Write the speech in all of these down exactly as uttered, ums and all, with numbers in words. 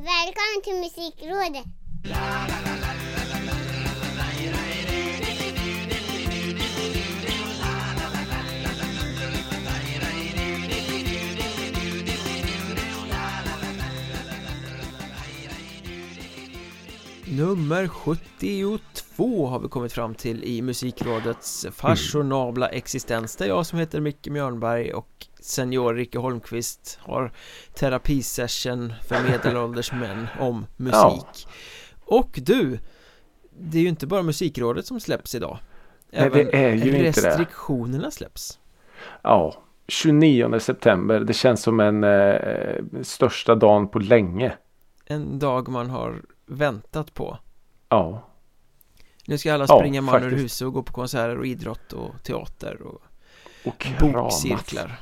Välkommen till Musikrådet. Nummer sjuttiotvå har vi kommit fram till i Musikrådets fashionabla existens. Det är jag som heter Micke Mjörnberg och senior Rikke Holmqvist har terapisession för medelålders män om musik. Ja. Och du, det är ju inte bara Musikrådet som släpps idag. Även Nej, det är ju inte restriktionerna det. släpps. Ja, tjugonionde september. Det känns som en eh, största dagen på länge. En dag man har väntat på. Ja. Nu ska alla springa ja, man ur huset och gå på konserter och idrott och teater och, och bokcirklar.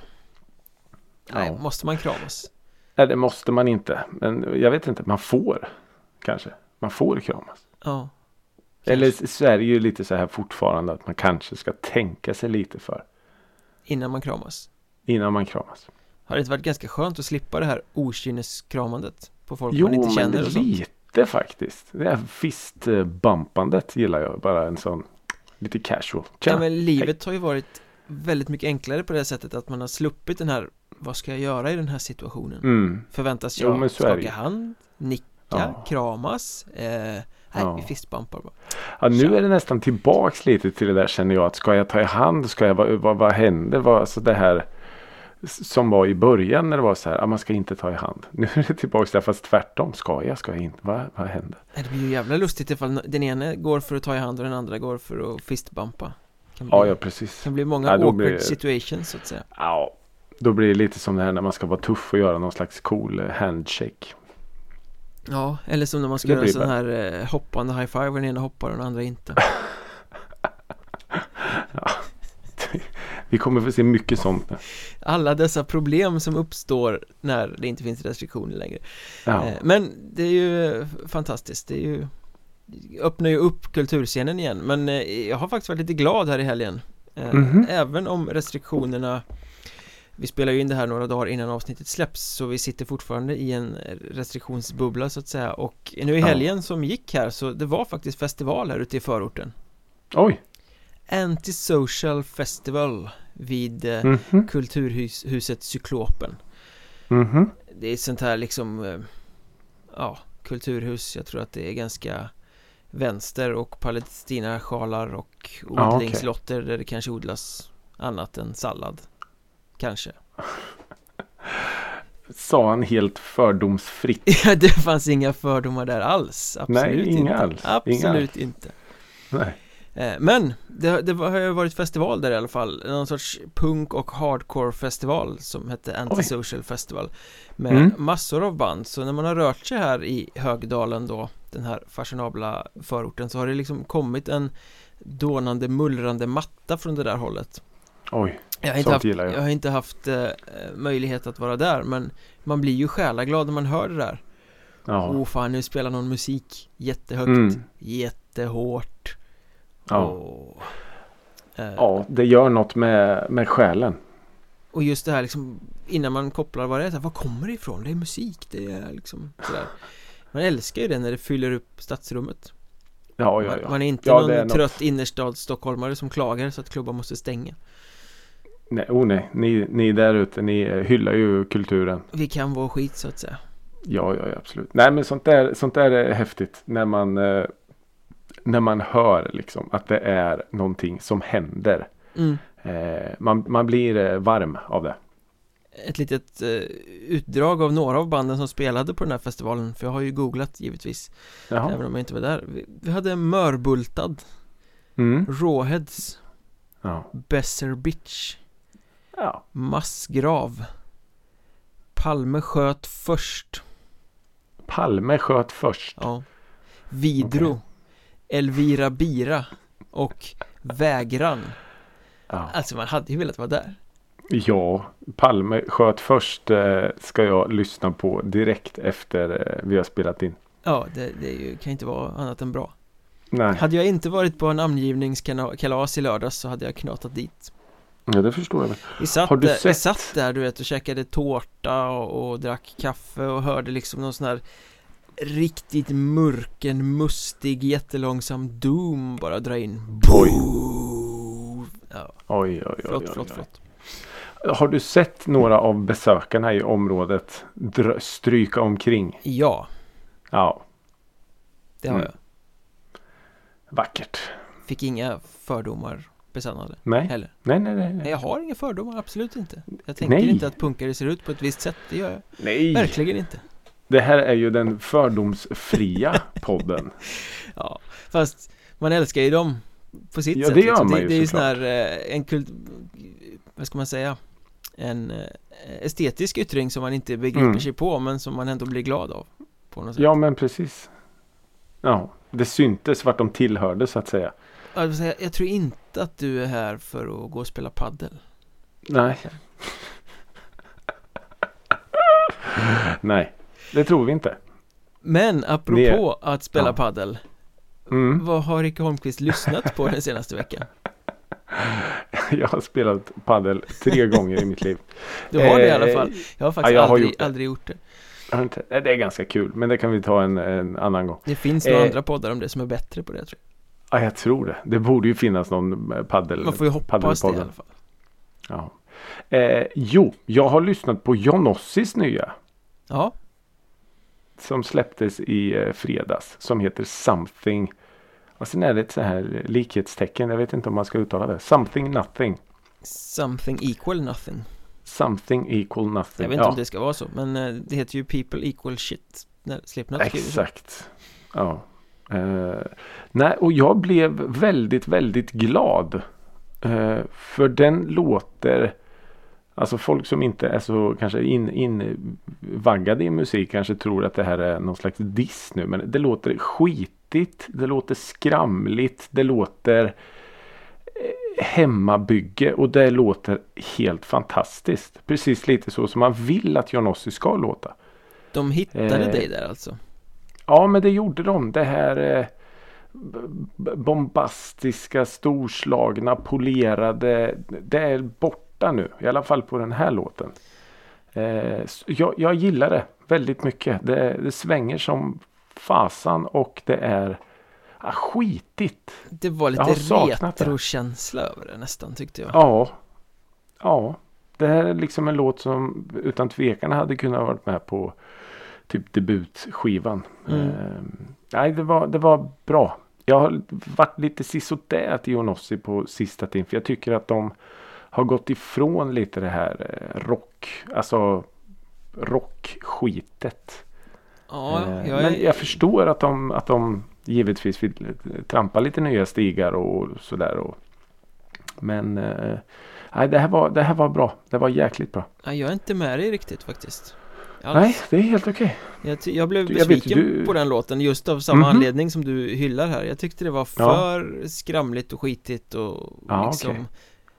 Ja. Nej, måste man kramas? Nej, det måste man inte. Men jag vet inte, man får kanske. Man får kramas. Ja. Kanske. Eller så är det ju lite så här fortfarande att man kanske ska tänka sig lite för. Innan man kramas? Innan man kramas. Har det inte varit ganska skönt att slippa det här okynneskramandet på folk jo, man inte känner? Jo, men lite. Det faktiskt. Det här fistbumpandet gillar jag. Bara en sån lite casual. Tja, ja, men livet har ju varit väldigt mycket enklare på det sättet att man har sluppit den här, vad ska jag göra i den här situationen? Mm. Förväntas jag jo, skaka hand, nicka, ja. kramas? Eh, nej, ja. vi fistbumpar bara. Ja, nu är det nästan tillbaks lite till det där, känner jag. Att ska jag ta i hand? Ska jag, vad, vad, vad händer? Vad, alltså det här som var i början när det var så här, ah, man ska inte ta i hand. Nu är det tillbaka där, fast tvärtom. Ska jag, ska jag inte? Vad, vad händer? Det blir ju jävla lustigt ifall den ena går för att ta i hand och den andra går för att fistbumpa. Kan bli, ja, ja, precis. kan bli många ja, awkward blir, situations, så att säga. Ja, då blir det lite som det här när man ska vara tuff och göra någon slags cool handshake. Ja, eller som när man ska det göra en sån här eh, hoppande high five och den ena hoppar och den andra inte. Ja. Vi kommer få se mycket sånt. Alla dessa problem som uppstår när det inte finns restriktioner längre. Ja. Men det är ju fantastiskt. Det är ju, öppnar ju upp kulturscenen igen. Men jag har faktiskt varit lite glad här i helgen. Mm-hmm. Även om restriktionerna, vi spelar ju in det här några dagar innan avsnittet släpps, så vi sitter fortfarande i en restriktionsbubbla så att säga. Och nu i helgen ja. som gick här, så det var faktiskt festival här ute i förorten. Oj! Antisocial Festival vid eh, mm-hmm. kulturhuset Cyklopen. Mm-hmm. Det är ett sånt här liksom eh, ja, kulturhus. Jag tror att det är ganska vänster och palestinasjalar och odlingslotter ah, okay. där det kanske odlas annat än sallad. Kanske. Sa han helt fördomsfritt? Ja, det fanns inga fördomar där alls. Absolut Nej, inga inte. alls. Absolut inga alls. inte. Nej. Men det, det har ju varit festival där i alla fall. Någon sorts punk- och hardcore-festival som hette Antisocial Oj. Festival. Med mm. massor av band. Så när man har rört sig här i Högdalen då, den här fashionabla förorten, så har det liksom kommit en dånande, mullrande matta från det där hållet. Oj, jag har inte haft, jag. jag har inte haft eh, möjlighet att vara där, men man blir ju själaglad när man hör det där. Åh oh, fan, nu spelar någon musik jättehögt, mm. jättehårt. Ja. Och, eh, ja, det gör något med, med själen. Och just det här liksom, innan man kopplar vad det är, vad kommer det ifrån? Det är musik, det är liksom sådär. Man älskar ju det när det fyller upp stadsrummet. Ja, ja, ja. Man, man är inte ja, någon är trött något... innerstads stockholmare som klagar så att klubbar måste stänga. Nej, oh nej. Ni, ni där ute, ni hyllar ju kulturen. Vi kan vara skit så att säga. Ja, ja, absolut. Nej, men sånt där, sånt där är häftigt när man... Eh... när man hör liksom att det är någonting som händer. Mm. Eh, man, man blir eh, varm av det. Ett litet eh, utdrag av några av banden som spelade på den här festivalen, för jag har ju googlat givetvis. Jaha. Även om jag inte var där. Vi, vi hade Mörbultad, mm. Rawheads, ja. Besser Bitch, ja. Massgrav, Palme sköt först. Palme sköt först? Ja. Vidro, okay. Elvira Bira och Vägran. Ja. Alltså man hade ju velat vara där. Ja, Palme sköt först eh, ska jag lyssna på direkt efter eh, vi har spelat in. Ja, det, det är ju, kan inte vara annat än bra. Nej. Hade jag inte varit på en namngivningskalas i lördags så hade jag knatat dit. Ja, det förstår jag. Vi satt, har du där, sett? vi satt där, du vet, och käkade tårta och, och drack kaffe och hörde liksom någon sån här riktigt mörken, mustig, jättelångsam Doom bara dra in. Oj. Ja. Oj, oj, oj, Förlåt, oj, förlåt, oj. förlåt. Har du sett några av besökarna i området dr- stryka omkring? Ja, Ja, det har Mm. jag. vackert. Fick inga fördomar besannade Nej, heller. nej, nej, nej. Nej, Nej. jag har inga fördomar, absolut inte. Jag tänker Nej. inte att punkare ser ut på ett visst sätt, det gör jag. nej. Verkligen inte. Det här är ju den fördomsfria podden. Ja, fast man älskar ju dem på sitt Ja, sätt. det gör liksom. man det, ju det är ju sån såklart. här, eh, en kult, vad ska man säga, en eh, estetisk yttring som man inte begriper Mm. sig på, men som man ändå blir glad av på något sätt. Ja, men precis. Ja, det syntes vart de tillhörde så att säga. Jag, vill säga, jag tror inte att du är här för att gå och spela paddel. Nej. Nej, det tror vi inte. Men apropå Mer. att spela Ja. paddel, Mm. vad har Rikke Holmqvist lyssnat på den senaste veckan? Jag har spelat paddel tre gånger i mitt liv. Du har det i Eh, alla fall. Jag har faktiskt ja, jag har aldrig, gjort det. aldrig gjort det. Har du inte- Det är ganska kul, men det kan vi ta en, en annan gång. Det finns några Eh, andra poddar om det som är bättre på det, tror Ja, jag tror det. Det borde ju finnas någon eh, paddel. jag. Man får ju hoppas det i paddelpodden. alla fall. Ja. Eh, jo, jag har lyssnat på Jonossis nya Ja, som släpptes i eh, fredags som heter Something. Och sen är det ett så här likhetstecken. Jag vet inte om man ska uttala det. Something nothing. something equal nothing. Something equal nothing. Jag vet inte ja, om det ska vara så, men eh, det heter ju people equal shit när Slipknot skriver så. exakt. Ja. Eh, nej, och jag blev väldigt, väldigt glad. Eh, för den låter... Alltså folk som inte är så kanske in, invaggade i musik kanske tror att det här är någon slags diss nu. Men det låter skitigt, det låter skramligt, det låter eh, hemmabygge och det låter helt fantastiskt. Precis lite så som man vill att Jonossi ska låta. De hittade Eh, dig där alltså. Ja, men det gjorde de. Det här eh, b- b- bombastiska, storslagna, polerade. Det är borta nu. I alla fall på den här låten. Eh, så jag, jag gillar det väldigt mycket. Det, det svänger som fasan och det är ah, skitigt. Det var jag har lite saknat det. retrokänsla över det nästan, tyckte jag. Ja. Ja. Det här är liksom en låt som utan tvekan hade kunnat varit med på typ debutskivan. Mm. Eh, nej, det var, det var bra. Jag har varit lite sisådär till Jonossi på sista tiden. För jag tycker att de har gått ifrån lite det här eh, rock. Alltså rockskitet. Ja, Eh, jag Men är... jag förstår att de, att de givetvis vill trampa lite nya stigar och sådär. Och, men eh, nej, det, här var, det här var bra. Det var jäkligt bra. Nej, jag är inte med dig riktigt faktiskt. Alls. Nej, det är helt okej. Jag, ty- jag blev Jag vet, besviken du- på den låten just av samma Mhm. anledning som du hyllar här. Jag tyckte det var Ja. för skramligt och skitigt och Ja, liksom okej.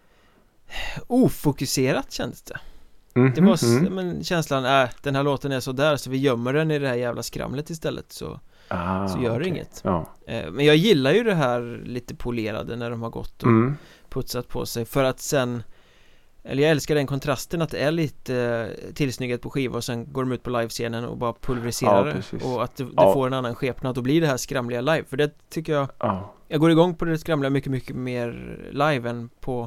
ofokuserat kändes det. Mhm, Det var s- mm. men känslan är den här låten är så där så vi gömmer den i det här jävla skramlet istället så, Ah, så gör det okej. inget. Ja. eh, Men jag gillar ju det här lite polerade när de har gått och Mm. putsat på sig för att sen, eller jag älskar den kontrasten att det är lite eh, tillsnyggat på skiva och sen går de ut på livescenen och bara pulveriserar Ja, det precis. och att det, det Ja. får en annan skepnad och blir det här skramliga live för det tycker jag, Ja. jag går igång på det skramliga mycket mycket mer live än på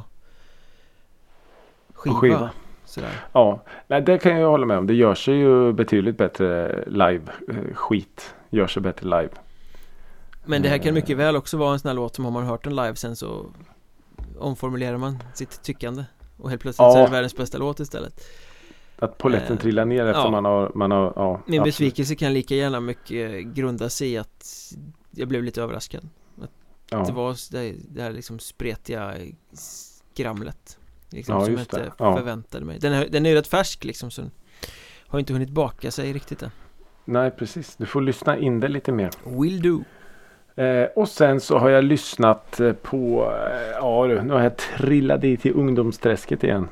skiva, På skiva. Sådär. Ja, nej, det kan jag hålla med om. Det gör sig ju betydligt bättre live. Eh, Skit gör sig bättre live. Men det här kan Eh. mycket väl också vara en sån här låt som har man hört den live sen så omformulerar man sitt tyckande och helt plötsligt Ja. så är det världens bästa låt istället. Att polletten Eh, trillar ner eftersom ja. man har, man har ja, Min absolut. besvikelse kan lika gärna mycket grunda sig i att jag blev lite överraskad. Ja. Det var s- det, det här liksom spretiga skramlet liksom, Ja, som jag just inte det. Ja. förväntade mig. Den är, den är ju rätt färsk liksom så har inte hunnit baka sig riktigt än. Nej, precis. Du får lyssna in det lite mer. Will do. Eh, och sen så har jag lyssnat eh, på, eh, ja du, nu har jag trillat dit i ungdomsträsket igen.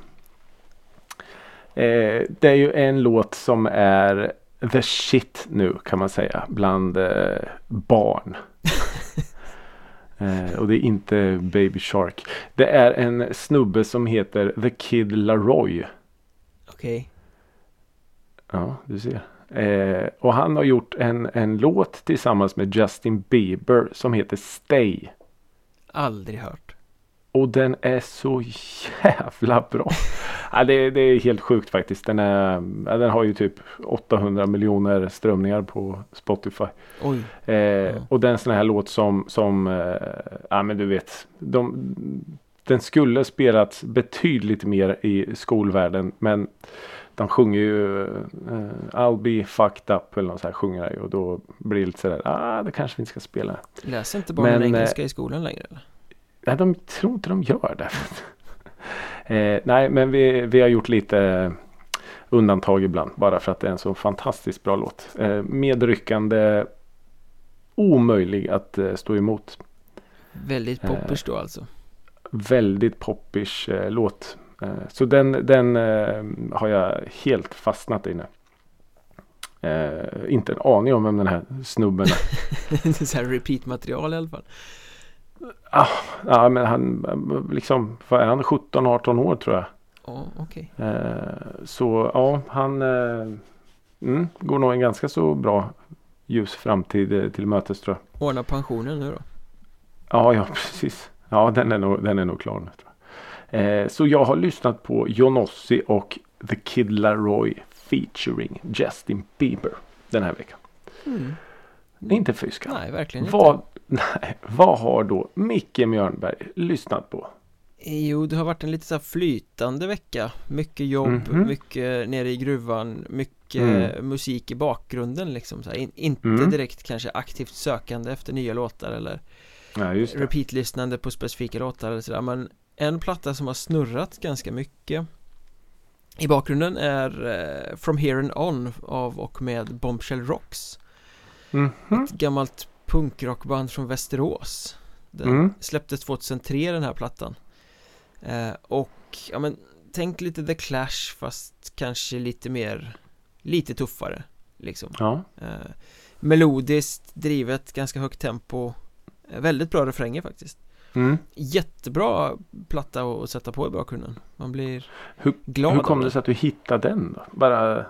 Eh, det är ju en låt som är the shit nu kan man säga bland eh, barn. eh, och det är inte Baby Shark. Det är en snubbe som heter The Kid Laroi. Okej. Ja, du ser. Eh, och han har gjort en, en låt tillsammans med Justin Bieber som heter Stay. Aldrig hört. Och den är så jävla bra. Ja, det, det är helt sjukt faktiskt. Den, är, ja, den har ju typ åttahundra miljoner strömningar på Spotify. Oj. Eh, Ja. Och den sån här låt som, som eh, ja men du vet, de, den skulle spelats betydligt mer i skolvärlden, men de sjunger ju eh, I'll be fucked up eller något så här sjunger jag, och då blir det lite sådär, ah det kanske vi inte ska spela. Läser inte barnen Men, engelska i skolan längre eller? Nej, de tror inte de gör det. eh, nej, men vi, vi har gjort lite undantag ibland, bara för att det är en så fantastiskt bra låt. Eh, medryckande, omöjlig att eh, stå emot. Väldigt poppers då alltså. Väldigt poppis eh, låt. Eh, så den, den eh, har jag helt fastnat i nu. Eh, inte en aning om vem den här snubben är. Det är så här repeat-material i alla fall. Ah, ja, men han liksom, vad är han, sjutton arton år tror jag. Ja, oh, okej. Okay. Eh, så ja, han eh, mm, går nog en ganska så bra ljus framtid eh, till mötes tror jag. Ordna pensionen nu då? Ja, ja precis. Ja, den är nog, den är nog klar nu tror jag. Eh, så jag har lyssnat på Johnossi och The Kid Laroi featuring Justin Bieber den här veckan. Mm. Inte fyska. Nej, verkligen vad, inte. Nej, vad har då Micke Mjörnberg lyssnat på? Jo, det har varit en lite så här flytande vecka. Mycket jobb, Mm-hmm. mycket nere i gruvan, mycket Mm. musik i bakgrunden liksom så här. In, inte Mm. direkt kanske aktivt sökande efter nya låtar eller Ja, just det. repeat-lyssnande på specifika låtar eller sådär. Men en platta som har snurrat ganska mycket i bakgrunden är eh, From Here and On av och med Bombshell Rocks. Mm-hmm. Ett gammalt punkrockband från Västerås. Den Mm. släpptes tjugohundratre den här plattan. Eh, och ja men tänk lite The Clash fast kanske lite mer, lite tuffare liksom. Ja. Eh, melodiskt, drivet, ganska högt tempo, eh, väldigt bra refränger faktiskt. Mm. Jättebra platta att sätta på i bakgrunden. Man blir Hur, glad hur av kom det. det sig att du hittade den då? Bara,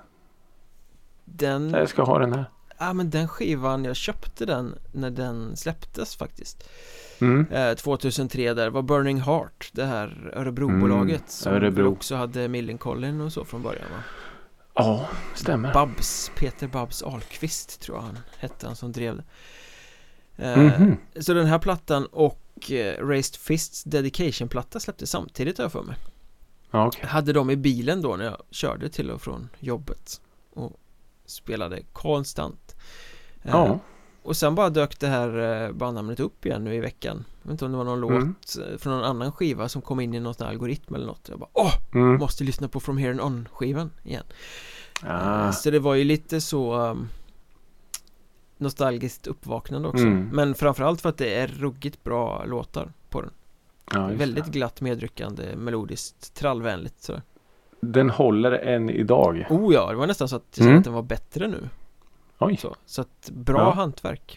Den, jag ska ha den här. ja men den skivan, jag köpte den när den släpptes faktiskt. Mm. Eh, tjugohundratre där var Burning Heart, det här Örebrobolaget Mm, som Örebro. väl också hade Millencolin och så från början va? Ja, stämmer. Babs, Peter Babs Ahlqvist tror jag han hette, han som drev det. Eh, Mhm. Så den här plattan och eh, Raised Fists Dedication-platta släpptes samtidigt har jag för mig. Ja, okej. Jag hade dem i bilen då när jag körde till och från jobbet och spelade konstant. Eh, Ja. Och sen bara dök det här eh, bandnamnet upp igen nu i veckan. Jag vet inte om det var någon Mm. låt eh, från någon annan skiva som kom in i någon sån här algoritm eller något. Jag bara, åh, Mm. måste lyssna på From Here and On-skivan igen. Ah. Eh, Så det var ju lite så um, nostalgiskt uppvaknande också. Mm. Men framförallt för att det är ruggigt bra låtar på den. Ja, just Väldigt det. glatt, medryckande, melodiskt, trallvänligt sådär. Den håller än idag. Oh ja, det var nästan så att jag kände Mm. att den var bättre nu. Oj. Så, så att bra Ja. hantverk.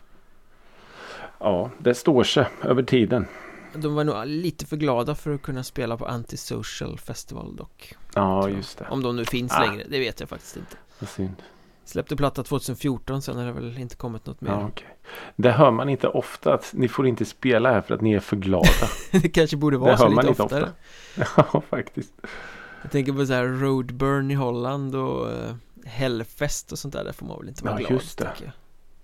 Ja, det står sig över tiden. De var nog lite för glada för att kunna spela på Antisocial Festival dock. Ja, tror jag. just det. Om de nu finns Ah. längre, det vet jag faktiskt inte. Vad synd. Släppte platta tjugohundrafjorton, sen har det väl inte kommit något mer. Ja, okej. Det hör man inte ofta att ni får inte spela här för att ni är för glada. Det kanske borde Det vara så hör man lite inte oftare. ofta. Ja, faktiskt. Jag tänker på så här Roadburn i Holland och uh, Hellfest och sånt där. Där får man väl inte vara Ja, glad, just det. tänker jag.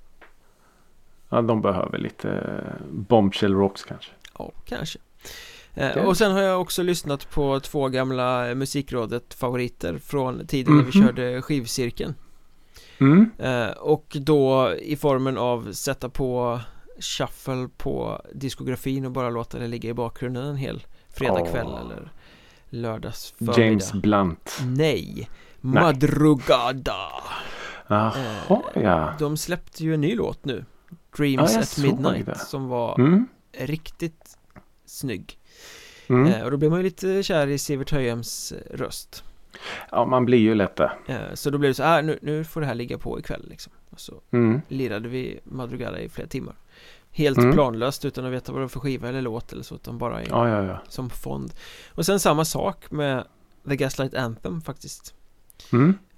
Ja, de behöver lite eh, Bombshell Rocks kanske. Ja, kanske. Eh, Det- och sen har jag också lyssnat på två gamla Musikrådet-favoriter från tiden när vi Mhm. körde skivcirkeln. Mm. Eh, och då i formen av sätta på shuffle på diskografin och bara låta det ligga i bakgrunden en hel fredagkväll Åh. eller lördags förmiddag. James Blunt. Nej, Madrugada. Jaha, ja. De släppte ju en ny låt nu, Ja, Dreams jag at såg Midnight, det. som var Mm. riktigt snygg. Mm. Eh, och då blir man ju lite kär i Sivert Höjems eh, röst. Ja, man blir ju lätt det. Eh, så då blev det så här, nu, nu får det här ligga på ikväll liksom. Och så Mm. lirade vi Madrugada i flera timmar. Helt Mm. planlöst utan att veta vad det var för skiva eller låt eller så, utan bara i, Ja, ja, ja. som fond. Och sen samma sak med The Gaslight Anthem faktiskt. Mm.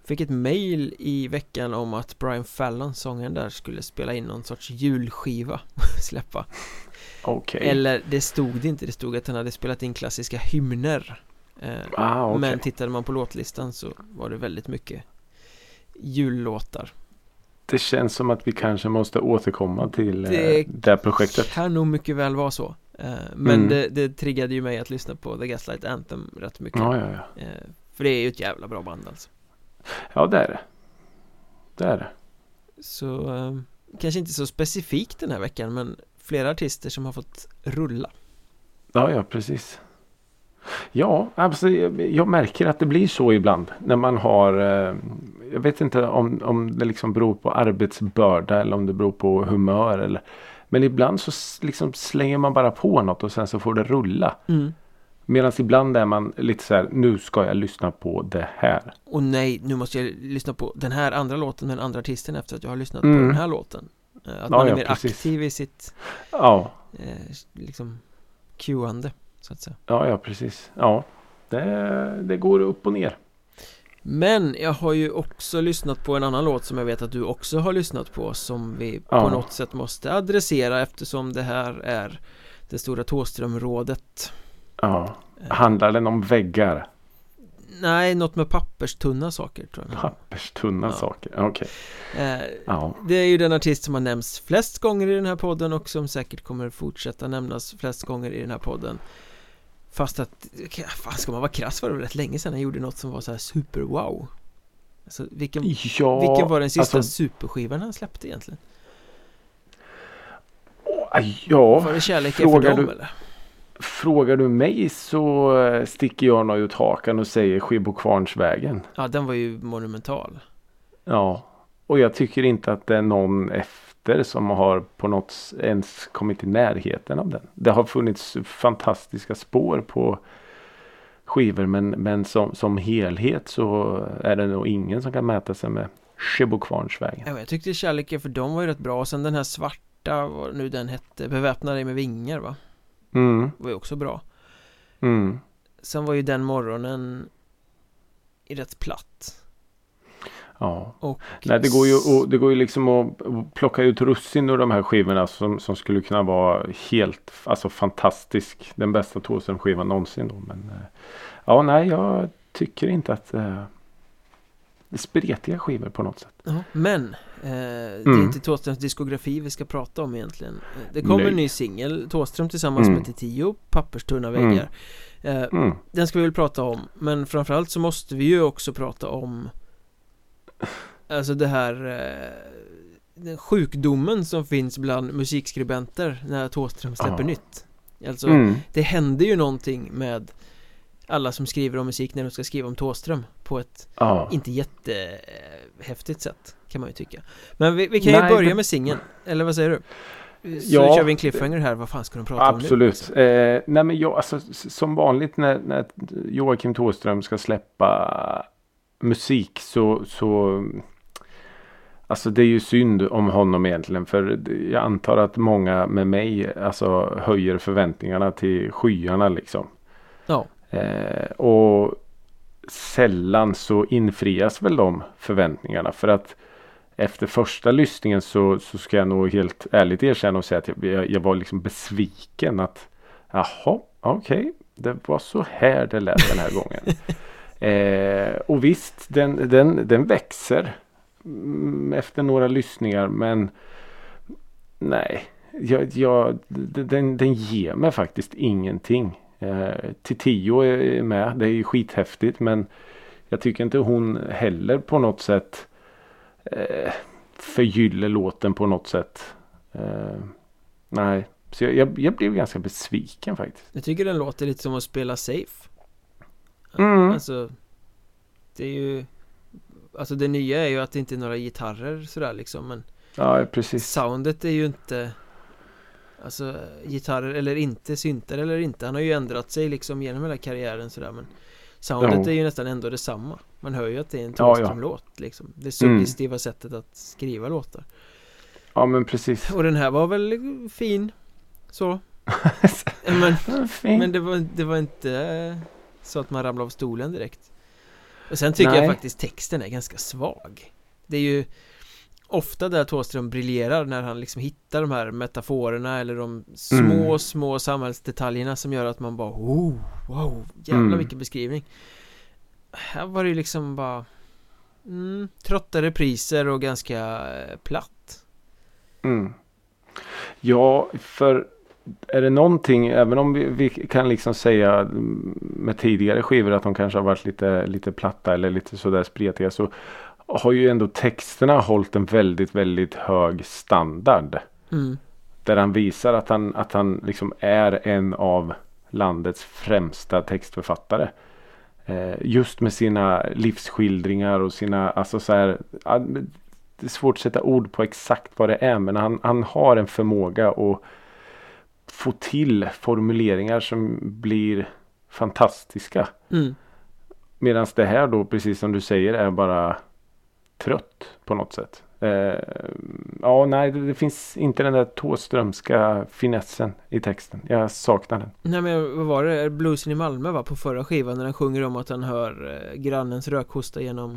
fick ett mail i veckan om att Brian Fallon, sångaren där, skulle spela in någon sorts julskiva släppa. Okay. Eller det stod det inte, det stod att han hade spelat in klassiska hymner. eh, ah, okay. Men tittade man på låtlistan så var det väldigt mycket jullåtar. Det känns som att vi kanske måste återkomma till det, eh, det här projektet. Det kan nog mycket väl vara så. eh, Men mm. det, det triggade ju mig att lyssna på The Gaslight Anthem rätt mycket. Ja, ja, ja. eh, För det är ju ett jävla bra band alltså. Ja, det är det. Det är det. Så eh, kanske inte så specifikt den här veckan, men flera artister som har fått rulla. Ja, ja, precis. Ja, alltså, jag, jag märker att det blir så ibland när man har, eh, jag vet inte om, om det liksom beror på arbetsbörda eller om det beror på humör eller, men ibland så liksom slänger man bara på något och sen så får det rulla. Mm. Medan ibland är man lite så här, nu ska jag lyssna på det här. Och nej, nu måste jag lyssna på den här andra låten med den andra artisten efter att jag har lyssnat Mm. på den här låten. Att Ja, man är ja, mer precis. aktiv i sitt Ja, eh, liksom cueande, så att säga. ja, ja, precis. Ja, det, det går upp och ner. Men jag har ju också lyssnat på en annan låt som jag vet att du också har lyssnat på, som vi Ja. på något sätt måste adressera eftersom det här är det stora Thåströmrådet. Ja, handlar den om väggar? Nej, något med papperstunna saker tror jag. Papperstunna Ja. saker, okej. Eh, Ja. Det är ju den artist som har nämnts flest gånger i den här podden och som säkert kommer fortsätta nämnas flest gånger i den här podden. Fast att, fan, ska man vara krass, var det väl rätt länge sedan han gjorde något som var så här super wow. Alltså, vilken, Ja, vilken var den sista alltså, superskivan han släppte egentligen? ja, Var det Kärlek är för frågar dem du- eller? frågar du mig så eh, sticker jag nog ut hakan och säger Skibokvarnsvägen. Ja, den var ju monumental. Ja, och jag tycker inte att det är någon efter som har på något s- ens kommit i närheten av den. Det har funnits fantastiska spår på skivor, men, men som, som helhet så är det nog ingen som kan mäta sig med Skibokvarnsvägen. Ja, jag tyckte Kärlek är för dem var ju rätt bra. Och sen den här svarta, vad nu den hette, Beväpna dig med vingar, va? Mm, Var ju också bra. mm. Sen var ju Den morgonen i rätt platt. Ja. Och Nej, det går ju, och, det går ju liksom att att plocka ut russin ur de här skivorna som, som skulle kunna vara helt, alltså fantastisk. Den bästa Thåström-skivan någonsin då. Men eh, ja, nej, jag tycker inte att eh, det är spretiga skivor på något sätt. ja, men eh, det är Mm. inte Thåströms diskografi vi ska prata om egentligen. Eh, Det kommer Nej. en ny singel, Thåström tillsammans Mm. med Titio, Papperstunna väggar. Eh, Mm. Den ska vi väl prata om, men framförallt så måste vi ju också prata om alltså det här eh, den sjukdomen som finns bland musikskribenter när Thåström släpper Ja. nytt. Alltså Mm. det händer ju någonting med alla som skriver om musik när de ska skriva om Thåström på ett Ja. inte jättehäftigt sätt, kan man ju tycka. Men vi, vi kan ju Nej, börja men- med singeln. Eller vad säger du? Så Ja, kör vi en cliffhanger här. Vad fan ska de prata om nu? Absolut. Eh, nej, men jag, alltså, s- som vanligt när, när Joakim Thåström ska släppa musik så, så alltså det är ju synd om honom egentligen, för jag antar att många med mig alltså höjer förväntningarna till skyarna liksom. Ja. Eh, och sällan så infrias väl de förväntningarna, för att efter första lyssningen så, så ska jag nog helt ärligt erkänna och säga att jag, jag, jag var liksom besviken att jaha, okej, okay, det var så här det lät den här gången. Eh, och visst, den, den, den växer mm, efter några lyssningar, men nej, jag, jag, den, den ger mig faktiskt ingenting. Eh, Titio är med, det är ju skithäftigt, men jag tycker inte hon heller på något sätt eh, förgyller låten på något sätt. Eh, nej, så jag, jag, jag blev ganska besviken faktiskt. Jag tycker den låter lite som att spela safe. Mm. Alltså det är ju alltså det nya är ju att det inte är några gitarrer sådär liksom, men Ja, precis. soundet är ju inte alltså gitarrer eller inte, syntar eller inte. Han har ju ändrat sig liksom genom hela karriären sådär, men soundet Jo. är ju nästan ändå detsamma. Man hör ju att det är en Ja, ja. Thåström-låt liksom. Det suggestiva sättet att skriva låtar. Ja, men precis. Och den här var väl fin så. men Fint. men det var, det var inte så att man ramlade av stolen direkt. Och sen tycker Nej. jag faktiskt texten är ganska svag. Det är ju ofta där Thåström briljerar när han liksom hittar de här metaforerna eller de små, mm. små samhällsdetaljerna som gör att man bara oh, wow, jävla mm. mycket beskrivning. Här var det ju liksom bara mm, trötta repriser och ganska platt. Mm. Ja, för är det någonting, även om vi, vi kan liksom säga med tidigare skivor att de kanske har varit lite, lite platta eller lite sådär spretiga, så har ju ändå texterna hållit en väldigt, väldigt hög standard. Mm. Där han visar att han, att han liksom är en av landets främsta textförfattare. Eh, just med sina livsskildringar och sina, alltså så här, det är svårt att sätta ord på exakt vad det är, men han, han har en förmåga att få till formuleringar som blir fantastiska. Mm. Medan det här då, precis som du säger, är bara trött på något sätt. Eh, ja, nej, det, det finns inte den där Thåströmska finessen i texten. Jag saknar den. Nej, men vad var det? Bluesen i Malmö var på förra skivan när han sjunger om att han hör eh, grannens rökhosta genom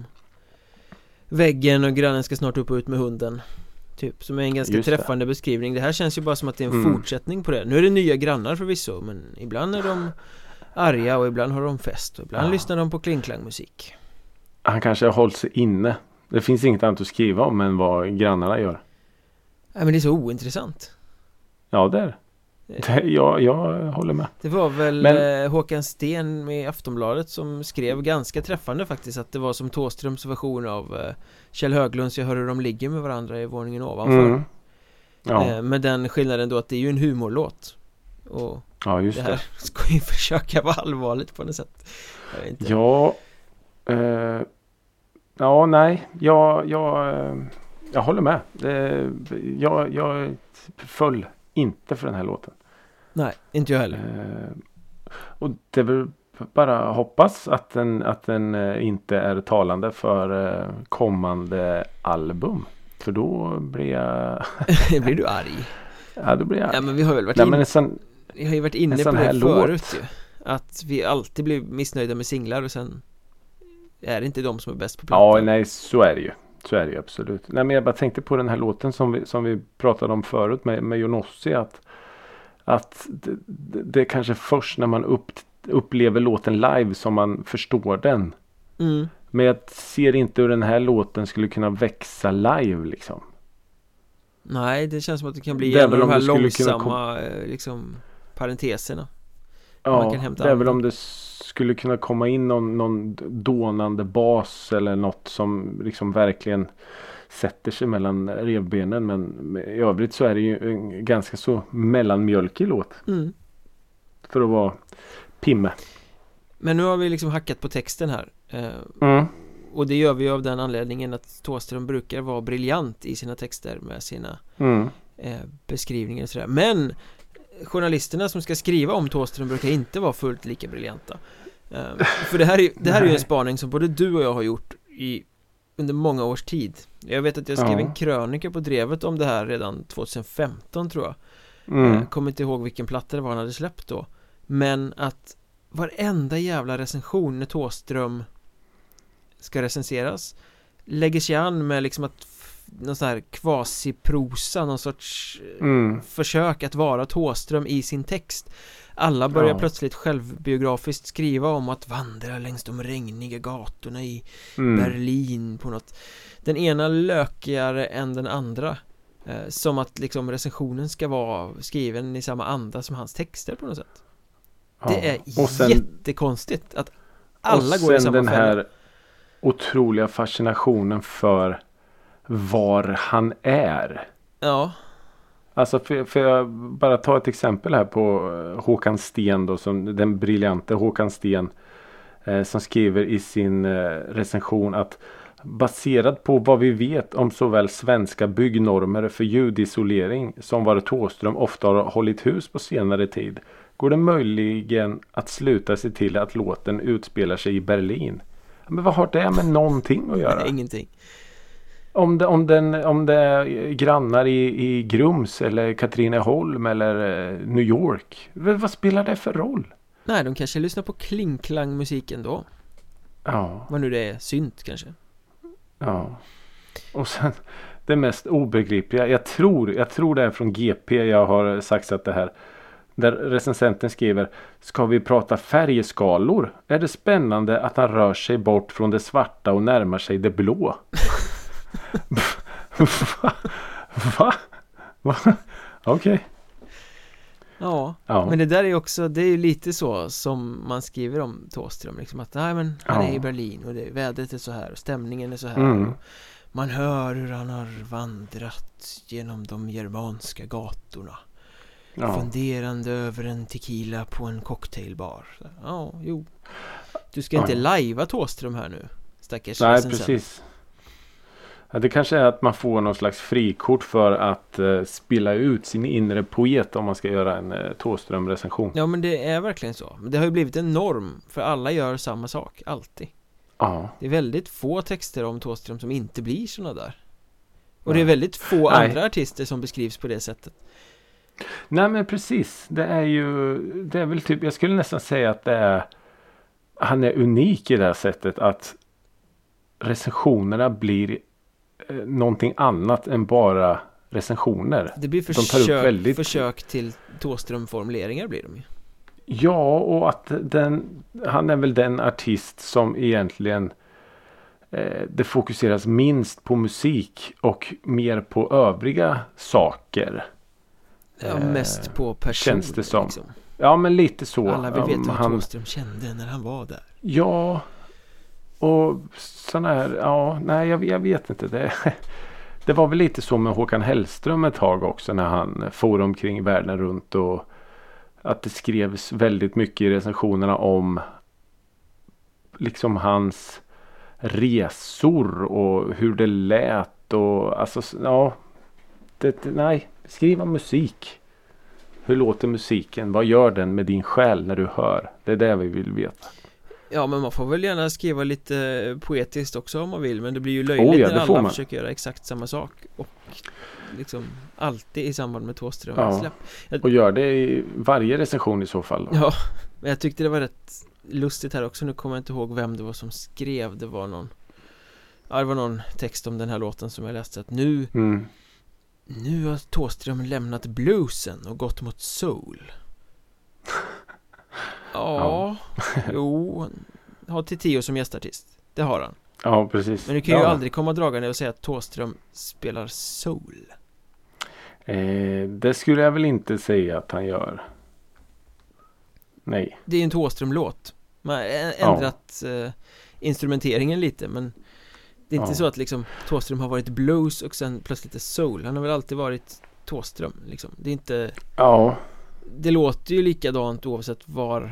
väggen och grannen ska snart upp och ut med hunden. Typ, som är en ganska Just det. träffande beskrivning. Det här känns ju bara som att det är en Mm. fortsättning på det. Nu är det nya grannar förvisso, men ibland är de arga och ibland har de fest och ibland Ja. lyssnar de på klingklangmusik. Han kanske har hållit sig inne. Det finns inget annat att skriva om än vad grannarna gör. Nej, men det är så ointressant. Ja, det är det. det jag, jag håller med. Det var väl Men- eh, Håkan Sten med Aftonbladet som skrev ganska träffande faktiskt att det var som Thåströms version av eh, Kjell Höglunds Jag hör hur de ligger med varandra i våningen ovanför. Mm. Ja. Eh, med den skillnaden då att det är ju en humorlåt. Och ja, just det det. här ska ju försöka vara allvarligt på något sätt. Jag vet inte. Ja, eh, ja, nej, jag, jag, eh, jag håller med. Det, jag, jag föll inte för den här låten. Nej, inte jag heller. Eh, och det är väl bara hoppas att den, att den eh, inte är talande för eh, kommande album. För då blir jag... Blir du arg? ja, då blir jag... Ja, men vi har väl varit, nej, in... men en sån, vi har ju varit inne en på sån det här förut låt. ju. Att vi alltid blir missnöjda med singlar och sen är det inte de som är bäst på plattan. Ja, nej, så är det ju. Så är det ju absolut. Nej, men jag bara tänkte på den här låten som vi, som vi pratade om förut med, med Jonossi, att, att det, det, det är kanske först när man upp, upplever låten live som man förstår den. Mm. Men jag ser inte hur den här låten skulle kunna växa live liksom. Nej, det känns som att det kan bli Det är en av väl de här om det skulle kunna långsamma eh, liksom parenteserna. Ja, Man kan hämta det är väl andan. om det skulle kunna komma in någon, någon dånande bas eller något som liksom verkligen sätter sig mellan revbenen, men i övrigt så är det ju en ganska så mellanmjölkig låt Mm. för att vara Pimme. Men nu har vi liksom hackat på texten här. Eh, Mm. och det gör vi av den anledningen att Thåström brukar vara briljant i sina texter med sina Mm. eh, beskrivningar och sådär. Men journalisterna som ska skriva om Thåström brukar inte vara fullt lika briljanta. Eh, för det här, är, det här är ju en spaning som både du och jag har gjort i, under många års tid. Jag vet att jag skrev Ja. en krönika på Drevet om det här redan tjugohundrafemton tror jag. Mm. Jag kommer inte ihåg vilken platta det var han hade släppt då. Men att varenda jävla recension när Thåström ska recenseras lägger sig an med liksom att f- någon sån här kvasiprosa, någon sorts eh, Mm. försök att vara Thåström i sin text. Alla börjar Ja. plötsligt självbiografiskt skriva om att vandra längs de regniga gatorna i Mm. Berlin på något. Den ena lökigare än den andra. Eh, som att liksom recensionen ska vara skriven i samma anda som hans texter på något sätt. Ja. Det är Och sen- jättekonstigt att alla och går i sen samma den fälla. här otroliga fascinationen för var han är. Ja, Alltså för, för jag bara ta ett exempel här på eh, Håkan Sten då, som den briljante Håkan Sten eh, som skriver i sin eh, recension att baserat på vad vi vet om såväl svenska byggnormer för ljudisolering som vad Thåström ofta har hållit hus på senare tid går det möjligen att sluta sig till att låten utspelar sig i Berlin. Men vad har det med någonting att göra? nej, ingenting. Om det, om, den, om det är grannar i, i Grums eller Katrineholm eller eh, New York. V- vad spelar det för roll? Nej, de kanske lyssnar på klingklangmusiken då. Ja. Vad nu det är, synt kanske. Ja. Och sen det mest obegripliga, jag tror, jag tror det är från G P jag har sagt att det här. Där recensenten skriver: ska vi prata färgskalor? Är det spännande att han rör sig bort från det svarta och närmar sig det blå? Va? Va? Va? Okej. Okay. Ja, ja, men det där är också, det är ju lite så som man skriver om Thåström liksom, att nej, men han ja. är i Berlin och det, vädret är så här och stämningen är så här Mm. och man hör hur han har vandrat genom de germanska gatorna. Ja. Funderande över en tequila på en cocktailbar. Ja, jo. Du ska inte Ja. lajva Thåström här nu, stackars. Nej, recensent. precis. Ja, det kanske är att man får någon slags frikort för att uh, spilla ut sin inre poet om man ska göra en uh, Thåström-recension. Ja, men det är verkligen så. Det har ju blivit en norm, för alla gör samma sak, alltid. Ja. Det är väldigt få texter om Thåström som inte blir såna där. Och det Ja. är väldigt få Nej. andra artister som beskrivs på det sättet. Nej, men precis. Det är ju, det är väl typ, jag skulle nästan säga att det är, han är unik i det här sättet att recensionerna blir eh, någonting annat än bara recensioner. Det blir De tar upp försök, väldigt- försök till Thåström-formuleringar blir de ju. Ja, och att den, han är väl den artist som egentligen eh, det fokuseras minst på musik och mer på övriga saker. Ja, Eh, mest på person. känns det som. Liksom. Ja, men lite så. Alla vill Um, veta vad han, Thåström kände när han var där. Ja, och sådana här, ja, nej jag, jag vet inte. Det, det var väl lite så med Håkan Hellström ett tag också när han for omkring världen runt och att det skrevs väldigt mycket i recensionerna om liksom hans resor och hur det lät och alltså, ja, det, nej, skriva musik. Hur låter musiken? Vad gör den med din själ när du hör? Det är det vi vill veta. Ja, men man får väl gärna skriva lite poetiskt också om man vill. Men det blir ju löjligt Oh ja, när det får alla man. försöker göra exakt samma sak. Och liksom alltid i samband med Thåström Ja. släpp. Och gör det i varje recension i så fall. Då. Ja, men jag tyckte det var rätt lustigt här också. Nu kommer jag inte ihåg vem det var som skrev. Det var någon Ja, det var någon text om den här låten som jag läste. Att nu Mm. Nu har Thåström lämnat bluesen och gått mot soul. Ja, jo, han har Titiyo som gästartist. Det har han. Ja, precis. Men du kan ju ja. aldrig komma dragande och säga att Thåström spelar soul. Eh, det skulle jag väl inte säga att han gör. Nej. Det är ju en Thåström-låt. Man har ä- ändrat eh, instrumenteringen lite, men det är inte Ja. så att liksom Thåström har varit blues och sen plötsligt är soul. Han har väl alltid varit Thåström liksom. Det är inte Ja. Det låter ju likadant oavsett var,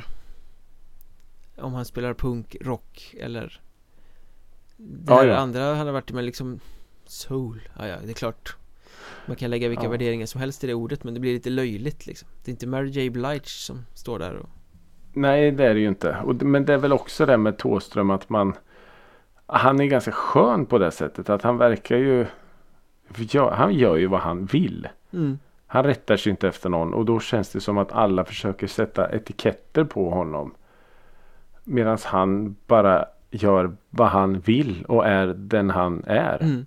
om han spelar punk, rock eller det Ja, här ja. andra han har varit med liksom soul. Ja, ja, det är klart man kan lägga vilka Ja. värderingar som helst i det ordet, men det blir lite löjligt liksom. Det är inte Mary J. Blige som står där och... Nej, det är det ju inte. Och, men det är väl också det med Thåström att man han är ganska skön på det sättet att han verkar ju ja, han gör ju vad han vill. Mm. Han rättar sig inte efter någon och då känns det som att alla försöker sätta etiketter på honom. Medan han bara gör vad han vill och är den han är. Mm.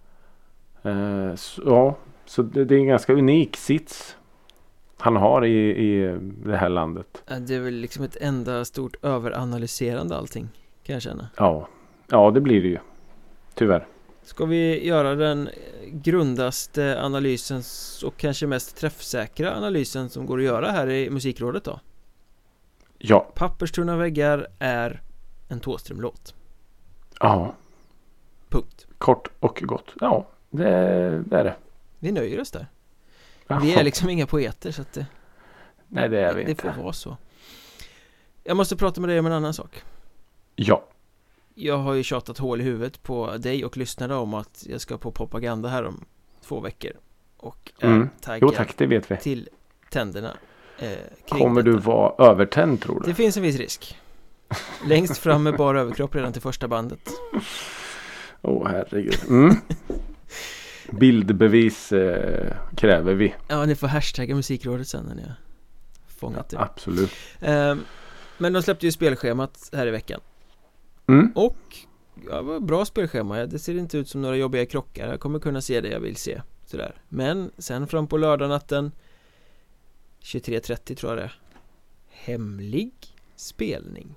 Eh, så, ja, så det, det är en ganska unik sits han har i, i det här landet. Ja, det är väl liksom ett enda stort överanalyserande allting, kan jag känna. Ja, ja det blir det ju. Tyvärr. Ska vi göra den grundaste analysen och kanske mest träffsäkra analysen som går att göra här i Musikrådet då? Ja. Papperstunna väggar är en Thåström-låt. Ja. Punkt. Kort och gott. Ja, det, det är det. Vi nöjer oss där. Jaha. Vi är liksom inga poeter så att det, Nej, det är vi det inte. får vara så. Jag måste prata med dig om en annan sak. Ja. Jag har ju tjatat hål i huvudet på dig och lyssnare om att jag ska på propaganda här om två veckor. Och är Mm. taggad Jo tack, det vet vi. till tänderna. Eh, kring Kommer du detta. vara övertänd tror du? Det finns en viss risk. Längst fram med bara överkropp redan till första bandet. Åh oh, herregud. Mm. Bildbevis eh, kräver vi. Ja, ni får hashtagga Musikrådet sen när ni har fångat det. Absolut. Eh, men de släppte ju spelschemat här i veckan. Mm. Och ja, vad bra spelschema. Det ser inte ut som några jobbiga krockar. Jag kommer kunna se det jag vill se. Sådär. Men sen fram på lördagnatten tjugotre trettio tror jag det är. Hemlig spelning.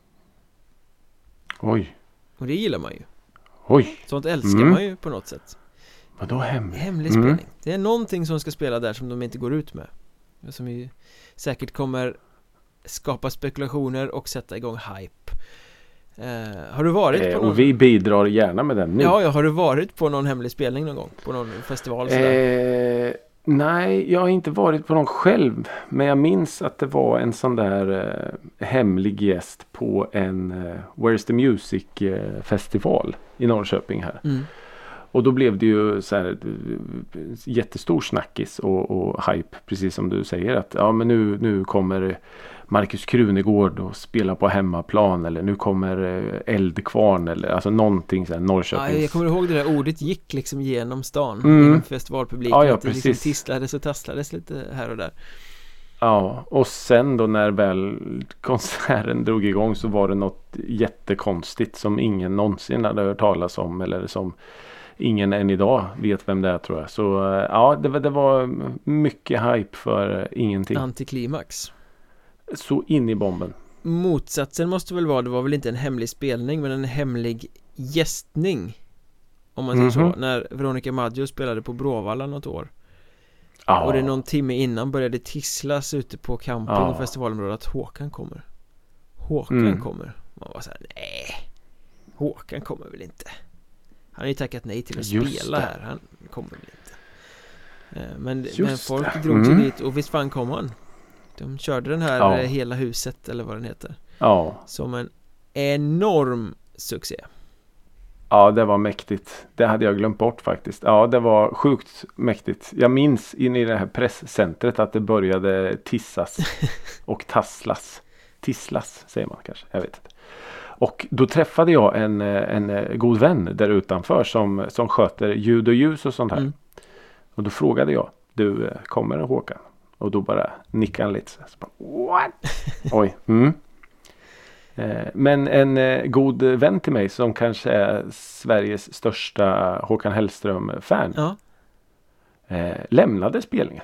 Oj. Och det gillar man ju. Oj. Sånt älskar Mm. man ju på något sätt. Vadå hemlig? Hemlig Mm. spelning. Det är någonting som ska spela där som de inte går ut med. Som ju säkert kommer skapa spekulationer och sätta igång hype. Eh, har du varit Eh, på någon... och vi bidrar gärna med den nu. Ja, ja, har du varit på någon hemlig spelning någon gång? På någon festival? Sådär? Eh, nej, jag har inte varit på någon själv. Men jag minns att det var en sån där eh, hemlig gäst på en eh, Where's the Music eh, festival i Norrköping här. Mm. Och då blev det ju så här jättestor snackis och, och hype, precis som du säger, att ja, men nu, nu kommer Markus Krunegård och spela på hemmaplan, eller nu kommer Eldkvarn, eller alltså någonting så här Norrköpings. Ja, jag kommer ihåg det där ordet gick liksom genom stan, Mm. genom festivalpubliken. Ja, ja, att det liksom precis. tisslades och tasslades lite här och där. Ja, och sen då när väl konserten drog igång så var det något jättekonstigt som ingen någonsin hade hört talas om, eller som ingen än idag vet vem det är, tror jag. Så ja, det var, det var mycket hype för ingenting. Antiklimax. Så in i bomben. Motsatsen måste väl vara, det var väl inte en hemlig spelning, men en hemlig gästning, om man säger Mhm. så, när Veronica Maggio spelade på Bråvalla något år. Ja. Och det någon timme innan började tisslas ute på camping Ja. och festivalområdet att Håkan kommer. Håkan Mm. kommer. Man var så här: nej, Håkan kommer väl inte. Han har ju tackat nej till att Just spela det. här. Han kommer väl inte. Eh, Men, Just men folk det. drog sig Mm. dit, och visst fan kom han. De körde den här Ja. eh, Hela huset, eller vad den heter, Ja. som en enorm succé. Ja, det var mäktigt. Det hade jag glömt bort faktiskt. Ja, det var sjukt mäktigt. Jag minns in i det här presscentret att det började tissas och tasslas. Tisslas säger man kanske, jag vet inte. Och då träffade jag en, en god vän där utanför som, som sköter ljud och ljus och sånt här. Mm. Och då frågade jag: du, kommer Håkan? Och då bara nickade han lite. Så bara, what? Oj. Mm. Eh, Men en eh, god vän till mig som kanske är Sveriges största Håkan Hellström-fan Ja. eh, lämnade spelningen.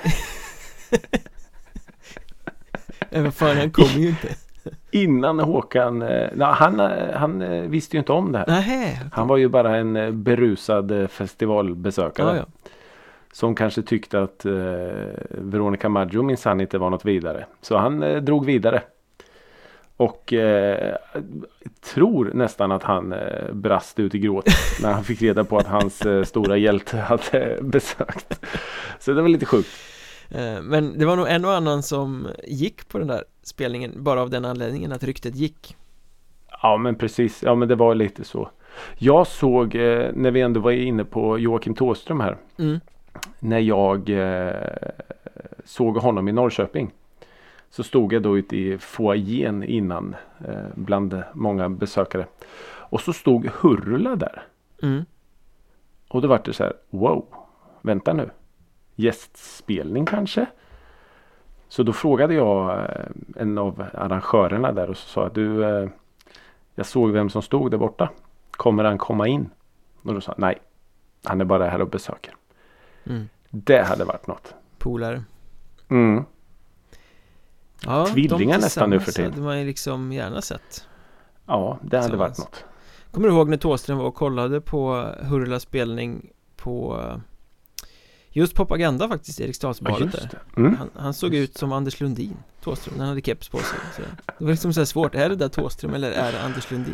Eh, vad fan, han kommer ju inte. Innan Håkan, eh, na, han, eh, han eh, visste ju inte om det här. Nähä. Han var ju bara en eh, berusad eh, festivalbesökare. Ja, ja. Som kanske tyckte att eh, Veronica Maggio minsann inte var något vidare. Så han eh, drog vidare. Och eh, tror nästan att han eh, brast ut i gråt när han fick reda på att hans eh, stora hjälte hade besökt. Så det var lite sjukt. Eh, Men det var nog en och annan som gick på den där spelningen bara av den anledningen att ryktet gick. Ja, men precis. Ja, men det var lite så. Jag såg, eh, när vi ändå var inne på Joakim Thåström här. Mm. När jag eh, såg honom i Norrköping. Så stod jag då ute i foajén innan eh, bland många besökare. Och så stod Hurula där. Mm. Och då var det så här: wow, vänta nu. Gästspelning kanske? Så då frågade jag eh, en av arrangörerna där och så sa att du, eh, jag såg vem som stod där borta. Kommer han komma in? Och då sa han, nej, han är bara här och besöker. Mm. Det hade varit något. Polare. Mm. Ja, Tvillingar de nästan nu för tillsammans tiden. hade man ju liksom gärna sett. Ja, det hade varit Tillsammans. något. Kommer du ihåg när Thåström var och kollade på Hurlas spelning på just Propaganda faktiskt, Eriksdalsbadet Ja, där. just det. Mm. Han, han såg Just ut som Anders Lundin, Thåström, när han hade keps på sig. Så det var liksom så här svårt, är det där Thåström eller är det Anders Lundin?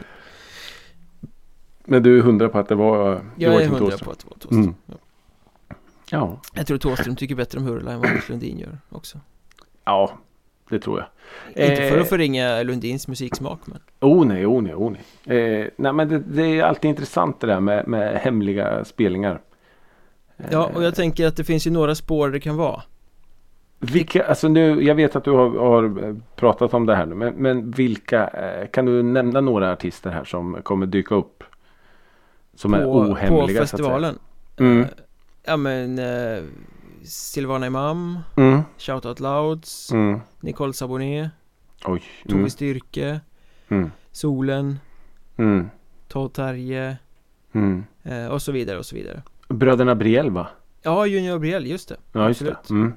Men du är hundra på att det var Jag är Joakim hundra Thåström? på att det var Thåström. Mm. Ja. Ja. Jag tror Thåström tycker bättre om Hurla än vad Anders Lundin gör också. Ja, det tror jag. Inte för Eh, att förringa Lundins musiksmak, men Oh nej, oh nej, oh nej. Eh, nej men det, det är alltid intressant det där med, med hemliga spelningar. Eh, ja, och jag tänker att det finns ju några spår det kan vara. Vilka, alltså nu, jag vet att du har, har pratat om det här nu, men, men vilka, eh, kan du nämna några artister här som kommer dyka upp? Som är På, ohemliga på så att säga? festivalen. Mm. Eh, ja men eh, Silvana Imam, Mm. Shout Out Louds, Mm. Nicole Saboné, Oj. Tove Mm. Styrke, Mm. Solen, Mm. Todd Terje Mm. eh, och så vidare och så vidare. Bröderna Brielle, va? Ja, Junior Brielle, just det. Ja, just Absolut. det. Mm.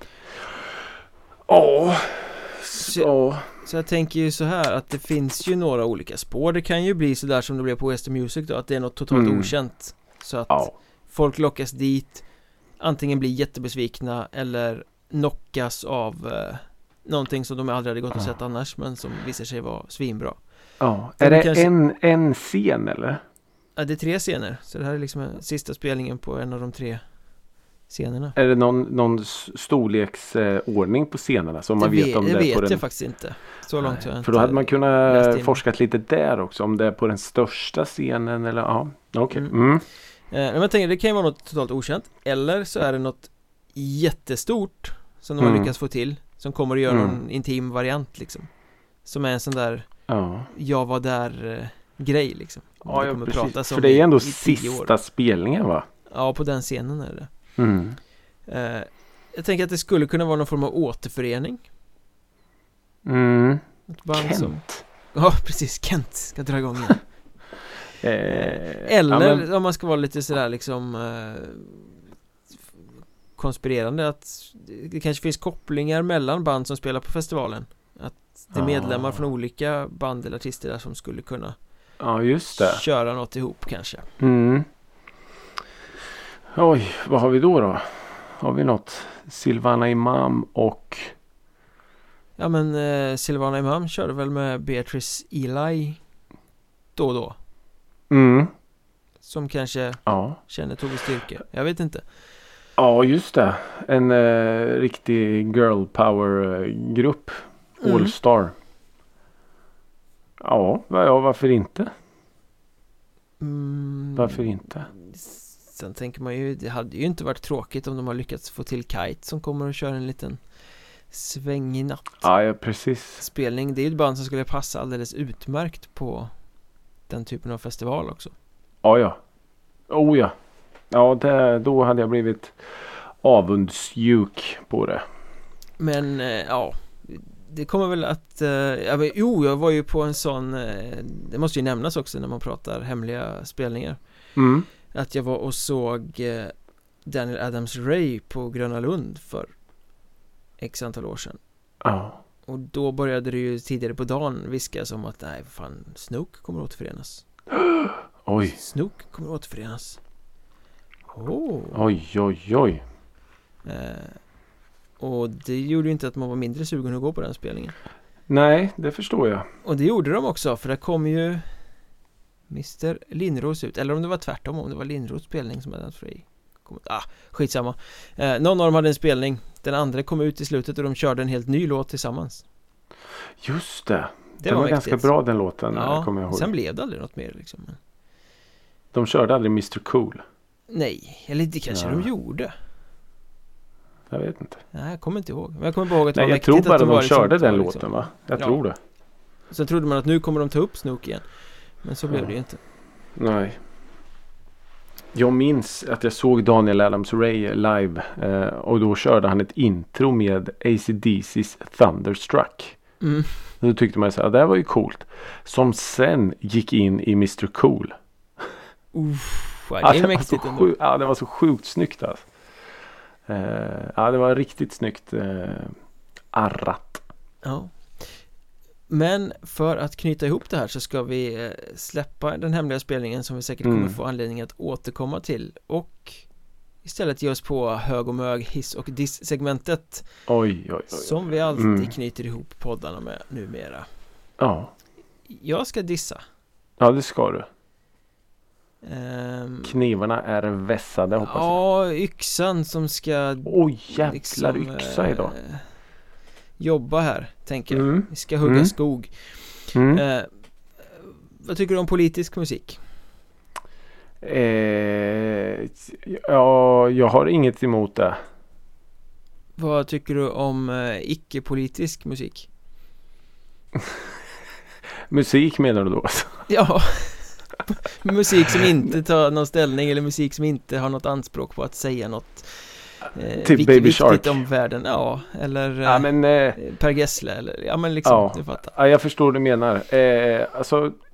Åh. Så, Åh. så jag tänker ju så här att det finns ju några olika spår. Det kan ju bli så där som det blev på Western Music då, att det är något totalt Mm. okänt. Så att Ja. folk lockas dit, antingen blir jättebesvikna eller knockas av eh, någonting som de aldrig hade gått och Ja. sett annars, men som visar sig vara svinbra. Ja. Så Är det det kanske- en, en scen eller? Ja, det är tre scener, så det här är liksom en sista spelningen på en av de tre scenerna. Är det någon, någon s- storleksordning på scenerna som man det vet vet, om det det är vet på jag den? faktiskt inte. Så långt har jag inte. För då hade man läst kunnat in. forskat lite där också. Om det är på den största scenen eller ja. Okej. Mm. Mm. Eh, men jag tänker, det kan ju vara något totalt okänt. Eller så är det något jättestort som de har Mm. lyckats få till, som kommer att göra Mm. någon intim variant liksom. Som är en sån där Ja. jag var där eh, grej liksom. Ja, Det ja kommer precis. pratas om För det är ändå i- i tio sista år. spelningen, va? Ja, på den scenen är det. Mm. Eh, jag tänker att det skulle kunna vara någon form av återförening. Mm. Ett band Kent. som... Ja, precis. Kent ska dra igång igen. Eh, Eller ja, men- om man ska vara lite sådär liksom eh, konspirerande, att det kanske finns kopplingar mellan band som spelar på festivalen. Att det är medlemmar Ah. från olika band eller artister där som skulle kunna Ja, just det. köra något ihop kanske. Mm. Oj, vad har vi då då? Har vi något? Silvana Imam och... Ja, men eh, Silvana Imam körde väl med Beatrice Eli då och då, Mm. som kanske Ja. känner Tove Styrke. Jag vet inte. Ja, just det. En eh, riktig girl power eh, grupp. Mm. All Star. Ja, va- ja, varför inte? Mm. Varför inte? Sen tänker man ju, det hade ju inte varit tråkigt om de har lyckats få till Kite som kommer att köra en liten svängig natt Ja, ja, precis. spelning. Det är ju ett band som skulle passa alldeles utmärkt på den typen av festival också. Ja, ja. Oh ja. Ja, det, då hade jag blivit avundsjuk på det. Men eh, ja, det kommer väl att eh, jag vet, jo, jag var ju på en sån eh, det måste ju nämnas också när man pratar hemliga spelningar, Mm. att jag var och såg eh, Daniel Adams-Ray på Gröna Lund för x antal år sedan. Ja. Och då började det ju tidigare på dagen viskas om att nej, fan, Snook kommer återförenas. Oj. Snook kommer återförenas. Oh. Oj, oj, oj. Eh, och det gjorde ju inte att man var mindre sugen att gå på den spelningen. Nej, det förstår jag. Och det gjorde de också, för det kom ju mister Lindros ut. Eller om det var tvärtom, om det var Lindros spelning som hade en fri. Ah, skitsamma. Eh, någon av dem hade en spelning. Den andra kom ut i slutet och de körde en helt ny låt tillsammans. Just det. Det Den var, var ganska mäktigt. bra den låten. Ja, kommer jag ihåg. sen blev det aldrig något mer liksom. Men De körde aldrig mister Cool. nej, eller det kanske Ja. de gjorde. Jag vet inte. Nej, jag kommer inte ihåg. Men jag kommer bara ihåg att det Nej, var jag tror mäktigt bara att de, var liksom- körde den var låten, va? Jag Ja. tror det. Sen trodde man att nu kommer de ta upp Snook igen. Men så blev Ja. det ju inte. Nej. Jag minns att jag såg Daniel Adams-Ray live. Eh, och då körde han ett intro med A C D C:s Thunderstruck. Mm. Och då tyckte man så här, det här var ju coolt. Som sen gick in i mister Cool. Uff, ja, Ja, det är var så mäktigt ändå. sju- ja, det var så sjukt snyggt alltså. Eh, ja, det var riktigt snyggt eh, arrat. Ja. Men för att knyta ihop det här så ska vi eh, släppa den hemliga spelningen som vi säkert kommer Mm. få anledning att återkomma till och istället ge oss på hög och mög, hiss och diss-segmentet Oj, oj, oj. som vi alltid Mm. knyter ihop poddarna med numera. Ja. Jag ska dissa. ja, det ska du. Ehm, Knivarna är vässade, hoppas jag. ja, yxan som ska Oj, jävlar liksom, yxa eh, idag. jobba här, tänker jag. Mm. Vi ska hugga Mm. skog. Mm. Eh, vad tycker du om politisk musik? Eh, ja, jag har inget emot det. Vad tycker du om eh, icke-politisk musik? Musik menar du då? Ja, musik som inte tar någon ställning eller musik som inte har något anspråk på att säga något eh, Typ vik- Baby viktigt Shark. om världen. Ja, eller eh, Ja, men... Eh, Per Gessle eller, ja men liksom, Ja. du fattar. ja, jag förstår vad du menar. Eh, alltså,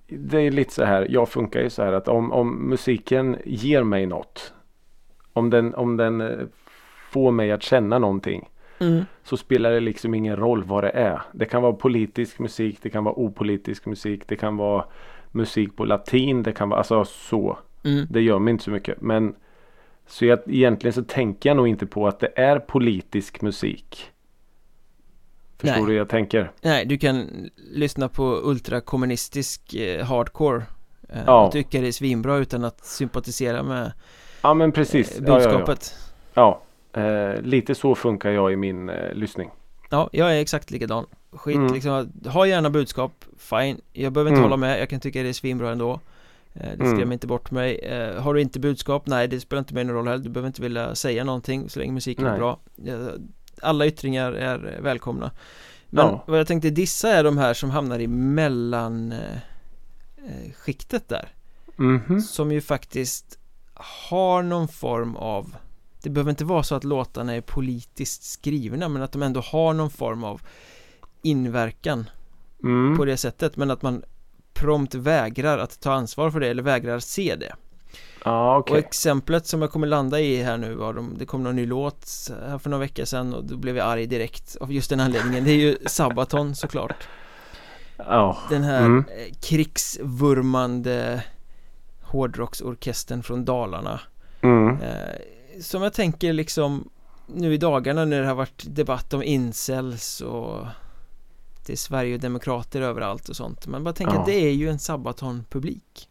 det är lite så här, jag funkar ju så här att om, om musiken ger mig något, om den, om den eh, får mig att känna någonting, Mm. så spelar det liksom ingen roll vad det är. Det kan vara politisk musik, det kan vara opolitisk musik, det kan vara musik på latin, det kan vara alltså så. Mm. Det gör mig inte så mycket. Men så jag, egentligen så tänker jag nog inte på att det är politisk musik. Förstår Nej. du hur jag tänker? Nej, du kan lyssna på ultrakommunistisk eh, hardcore eh, Ja. och tycka det är svinbra utan att sympatisera med Ja, men precis. eh, Ja, ja, ja. budskapet. Ja, eh, lite så funkar jag i min eh, lyssning. Ja, jag är exakt likadan. Skit, Mm. liksom, ha gärna budskap, fine. Jag behöver inte Mm. hålla med, jag kan tycka det är svinbra ändå. Eh, det skrämmer Mm. inte bort mig. Eh, har du inte budskap, nej det spelar inte mig någon roll heller. Du behöver inte vilja säga någonting så länge musiken är Nej. bra. Eh, alla yttringar är välkomna. Men Ja. vad jag tänkte dissa är de här som hamnar i mellan eh, eh, skiktet där. Mhm. Som ju faktiskt har någon form av, det behöver inte vara så att låtarna är politiskt skrivna, men att de ändå har någon form av inverkan Mm. på det sättet, men att man prompt vägrar att ta ansvar för det eller vägrar se det. Ja, okej. Och exemplet som jag kommer landa i här nu var de, det kom någon ny låt här för några veckor sedan och då blev jag arg direkt av just den anledningen. Det är ju Sabaton såklart. Ja. Den här Mm. eh, krigsvurmande hårdrocksorkestern från Dalarna. Mm. Eh, som jag tänker liksom nu i dagarna när det har varit debatt om incels och det är Sverigedemokrater överallt och sånt. Man bara tänker Ja. att det är ju en Sabaton-publik.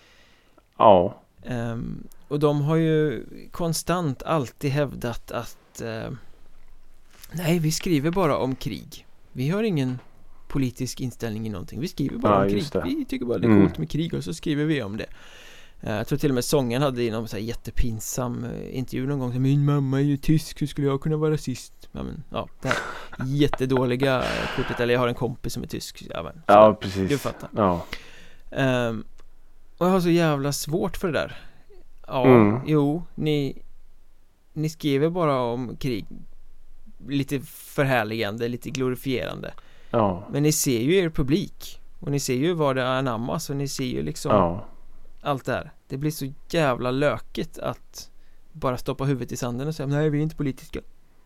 Ja. Um, och de har ju konstant alltid hävdat att uh, nej, vi skriver bara om krig. Vi har ingen politisk inställning i någonting. Vi skriver bara Ja, om krig. just det. Vi tycker bara det är Mm. coolt med krig och så skriver vi om det. Uh, jag tror till och med sången hade i någon så här jättepinsam uh, intervju någon gång. Min mamma är ju tysk, hur skulle jag kunna vara rasist? Ja, men, ja, det här jättedåliga uh, kortet. Eller jag har en kompis som är tysk. Ja, men, Ja, du precis. fattar. Ja. Um, och jag har så jävla svårt för det där. Ja, Mm. jo, ni ni skriver bara om krig lite förhärligande, lite glorifierande. Ja. Men ni ser ju er publik och ni ser ju vad det anammas och ni ser ju liksom Ja. allt det här. Det blir så jävla lökigt att bara stoppa huvudet i sanden och säga nej, vi är inte politiska.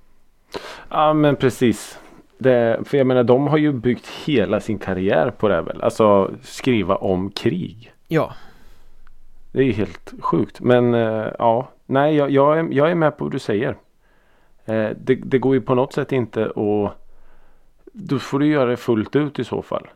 Ja, men precis. Det, för jag menar, de har ju byggt hela sin karriär på det här väl. Alltså skriva om krig. Ja, Det är ju helt sjukt. Men eh, ja, nej, jag, jag, är, jag är med på vad du säger. Eh, det, det går ju på något sätt inte att... Då får du göra det fullt ut i så fall.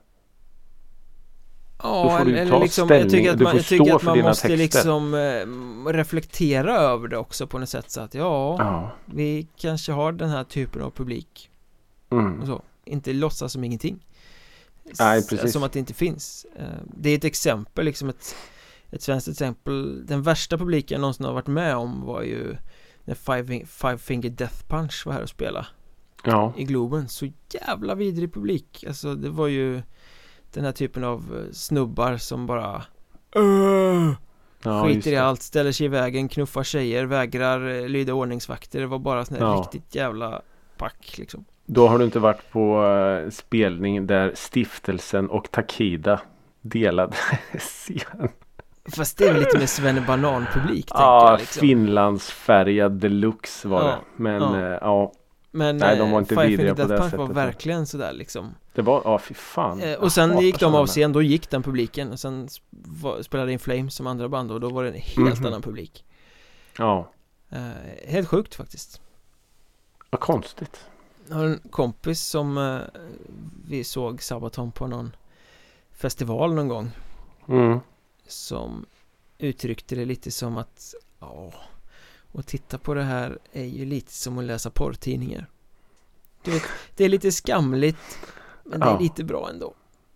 Då ja får du eller, ta eller liksom, jag tycker ställning. att Du man, får jag tycker stå att för man dina måste texter. liksom eh, reflektera över det också på något sätt så att ja, Ja. vi kanske har den här typen av publik Mm. och så. Inte låtsas som ingenting. Nej, S- precis. Som att det inte finns. Eh, Det är ett exempel, liksom ett, ett svenskt exempel. Den värsta publiken jag någonsin har varit med om var ju när Five, Five Finger Death Punch var här och spela Ja. i Globen. Så jävla vidrig publik. Alltså det var ju den här typen av eh, snubbar som bara "Åh!" Ja, just skiter i det. allt, ställer sig i vägen, knuffar tjejer, vägrar eh, lyda ordningsvakter. Det var bara sån här Ja. riktigt jävla pack liksom. Då har du inte varit på uh, spelning där Stiftelsen och Takida delade scen. Fast det är väl lite mer Svennebanan-publik tänker Ja, jag liksom. Finlandsfärgad deluxe var Ja, det. Men ja. ja. ja, Men Nej, de var eh, inte Five vidriga Finger på Death det Punch var sättet. verkligen sådär liksom. det var, ja fy fan. eh, Jag Och sen hatar gick de sådana. av scen, då gick den publiken. Och sen sp- var, spelade In Flames som andra band och då var det en helt Mhm. annan publik. Ja, eh, Helt sjukt faktiskt. vad konstigt. Jag har en kompis som eh, vi såg Sabaton på någon festival någon gång, Mm. som uttryckte det lite som att ja, och titta på det här är ju lite som att läsa porrtidningar. Du vet, det är lite skamligt, men det är Ja. lite bra ändå.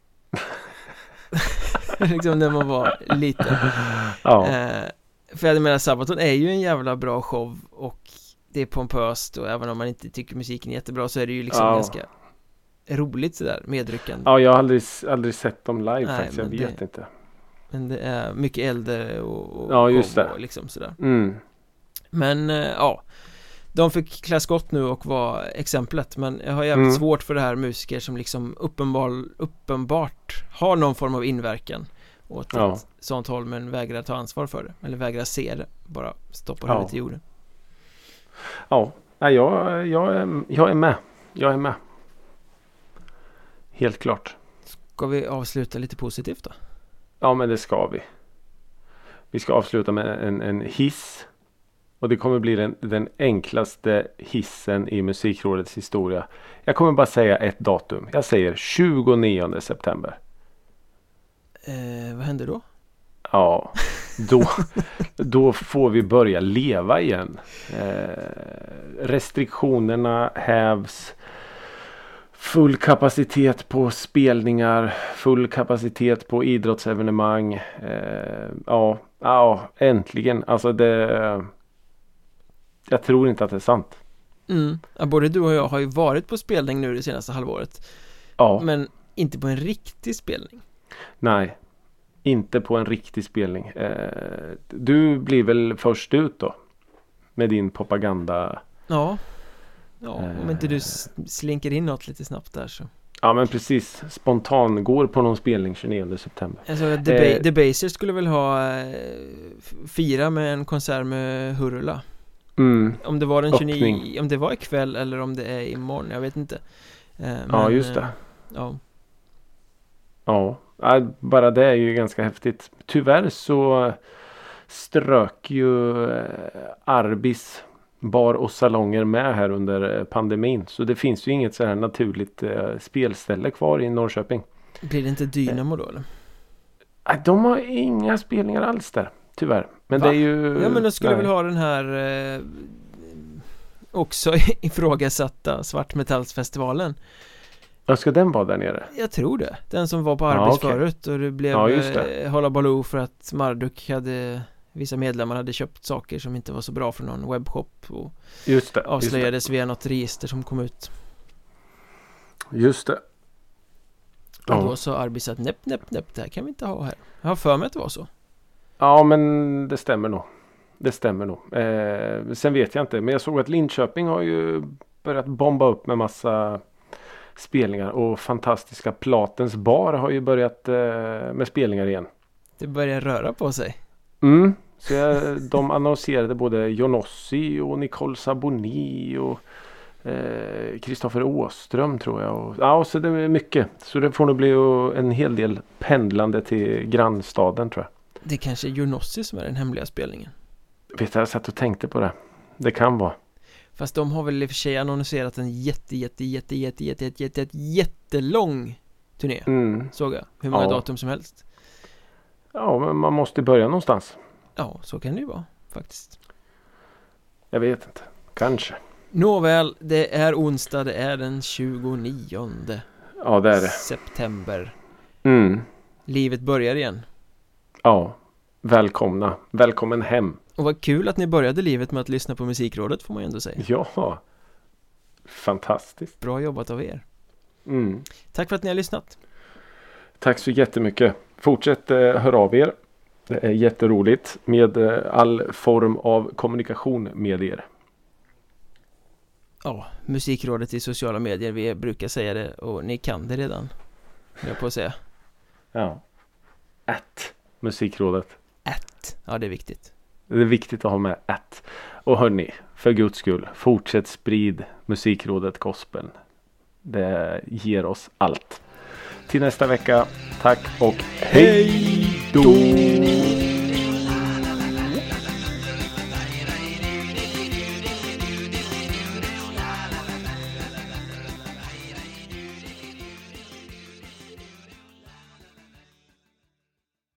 Liksom när man var liten. Ja, eh, För jag menar, Sabaton är ju en jävla bra show och det är pompöst och även om man inte tycker musiken är jättebra så är det ju liksom Ja. ganska roligt sådär, medryckande. ja, jag har aldrig, aldrig sett dem live Nej, faktiskt. Jag men vet det- inte. Men det är mycket äldre och, och Ja, just show det. och liksom sådär. Mm. Men eh, ja, de fick klä skott nu och var exemplet. Men jag har jävligt Mm. svårt för det här musiker som liksom uppenbar, uppenbart har någon form av inverkan. åt Ja. ett sånt håll, men vägrar ta ansvar för det. Eller vägrar se det. Bara stoppar Ja. huvudet i jorden. Ja, nej, jag, jag, är, jag är med. Jag är med. Helt klart. Ska vi avsluta lite positivt då? Ja, men det ska vi. Vi ska avsluta med en, en hiss. Och det kommer bli den, den enklaste hissen i Musikrådets historia. Jag kommer bara säga ett datum. Jag säger tjugonionde september. Eh, vad händer då? Ja, då, då får vi börja leva igen. Eh, restriktionerna hävs. Full kapacitet på spelningar. Full kapacitet på idrottsevenemang. Eh, ja, ja, äntligen. Alltså det... Jag tror inte att det är sant. Mm. Ja, både du och jag har ju varit på spelning nu det senaste halvåret. Ja, Men inte på en riktig spelning. nej. Inte på en riktig spelning. Eh, du blir väl först ut då? Med din propaganda. Ja. Ja, om Eh. inte du s- slinker in något lite snabbt där så. Ja, men precis. Spontan går på någon spelning tjugonionde september. Alltså, The, Eh. ba- The Basers skulle väl ha eh, f- fira med en konsert med Hurula. Mm. Om det var den Öppning. tjugonionde, om det var ikväll eller om det är imorgon, jag vet inte. Eh, Ja, men, just det. eh, Ja. Ja, ja, bara det är ju ganska häftigt. Tyvärr så strök ju eh, Arbis bar och salonger med här under eh, pandemin. Så det finns ju inget så här naturligt eh, spelställe kvar i Norrköping. Blir det inte Dynamo då eller? Nej, de har inga spelningar alls där, tyvärr. Men Va? det är ju... Ja, men då skulle nej. väl ha den här eh, också ifrågasatta Svartmetallsfestivalen. Ja, ska den vara där nere? Jag tror det. Den som var på Ja, Arbis okej. förut och det blev Ja, just eh, hålla baloo för att Marduk hade, vissa medlemmar hade köpt saker som inte var så bra för någon webbshop och Just det. avslöjades via något register som kom ut. Just det. Och Ja. då sa Arbis att näpp, näpp, näpp, det här kan vi inte ha här. Jag har för mig att det var så. Ja, men det stämmer nog. Det stämmer nog. Eh, sen vet jag inte. Men jag såg att Linköping har ju börjat bomba upp med massa spelningar. Och fantastiska Platens bar har ju börjat eh, med spelningar igen. Det börjar röra på sig. Mm. Så jag, de annonserade både Jonossi och Nicole Saboni och Kristoffer eh, Åström tror jag. Och, ja, så det är mycket. Så det får nog bli en hel del pendlande till grannstaden tror jag. Det kanske är Jonossi som är den hemliga spelningen. Vet du, jag satt och tänkte på det. Det kan vara. Fast de har väl i och för sig annonserat en jätte, jätte, jätte, jätte, jätte, jätte, jätte, jätte jättelång turné. Mm. Såg jag. Hur många Ja. datum som helst. Ja, men man måste börja någonstans. Ja, så kan det ju vara faktiskt. Jag vet inte. Kanske. Nåväl, det är onsdag, det är den tjugonionde Ja, det är det. september. Mm. Livet börjar igen. Ja, välkomna. Välkommen hem. Och vad kul att ni började livet med att lyssna på Musikrådet, får man ju ändå säga. Ja. Fantastiskt. Bra jobbat av er. Mm. Tack för att ni har lyssnat. Tack så jättemycket. Fortsätt eh, höra av er. Det är jätteroligt med eh, all form av kommunikation med er. Ja, Musikrådet i sociala medier, vi brukar säga det och ni kan det redan. Jag på att säga. Ja. Att Musikrådet. Att. Ja, det är viktigt. Det är viktigt att ha med att. Och hörni, för Guds skull, fortsätt sprid Musikrådet gospel. Det ger oss allt. Till nästa vecka, tack och hej då!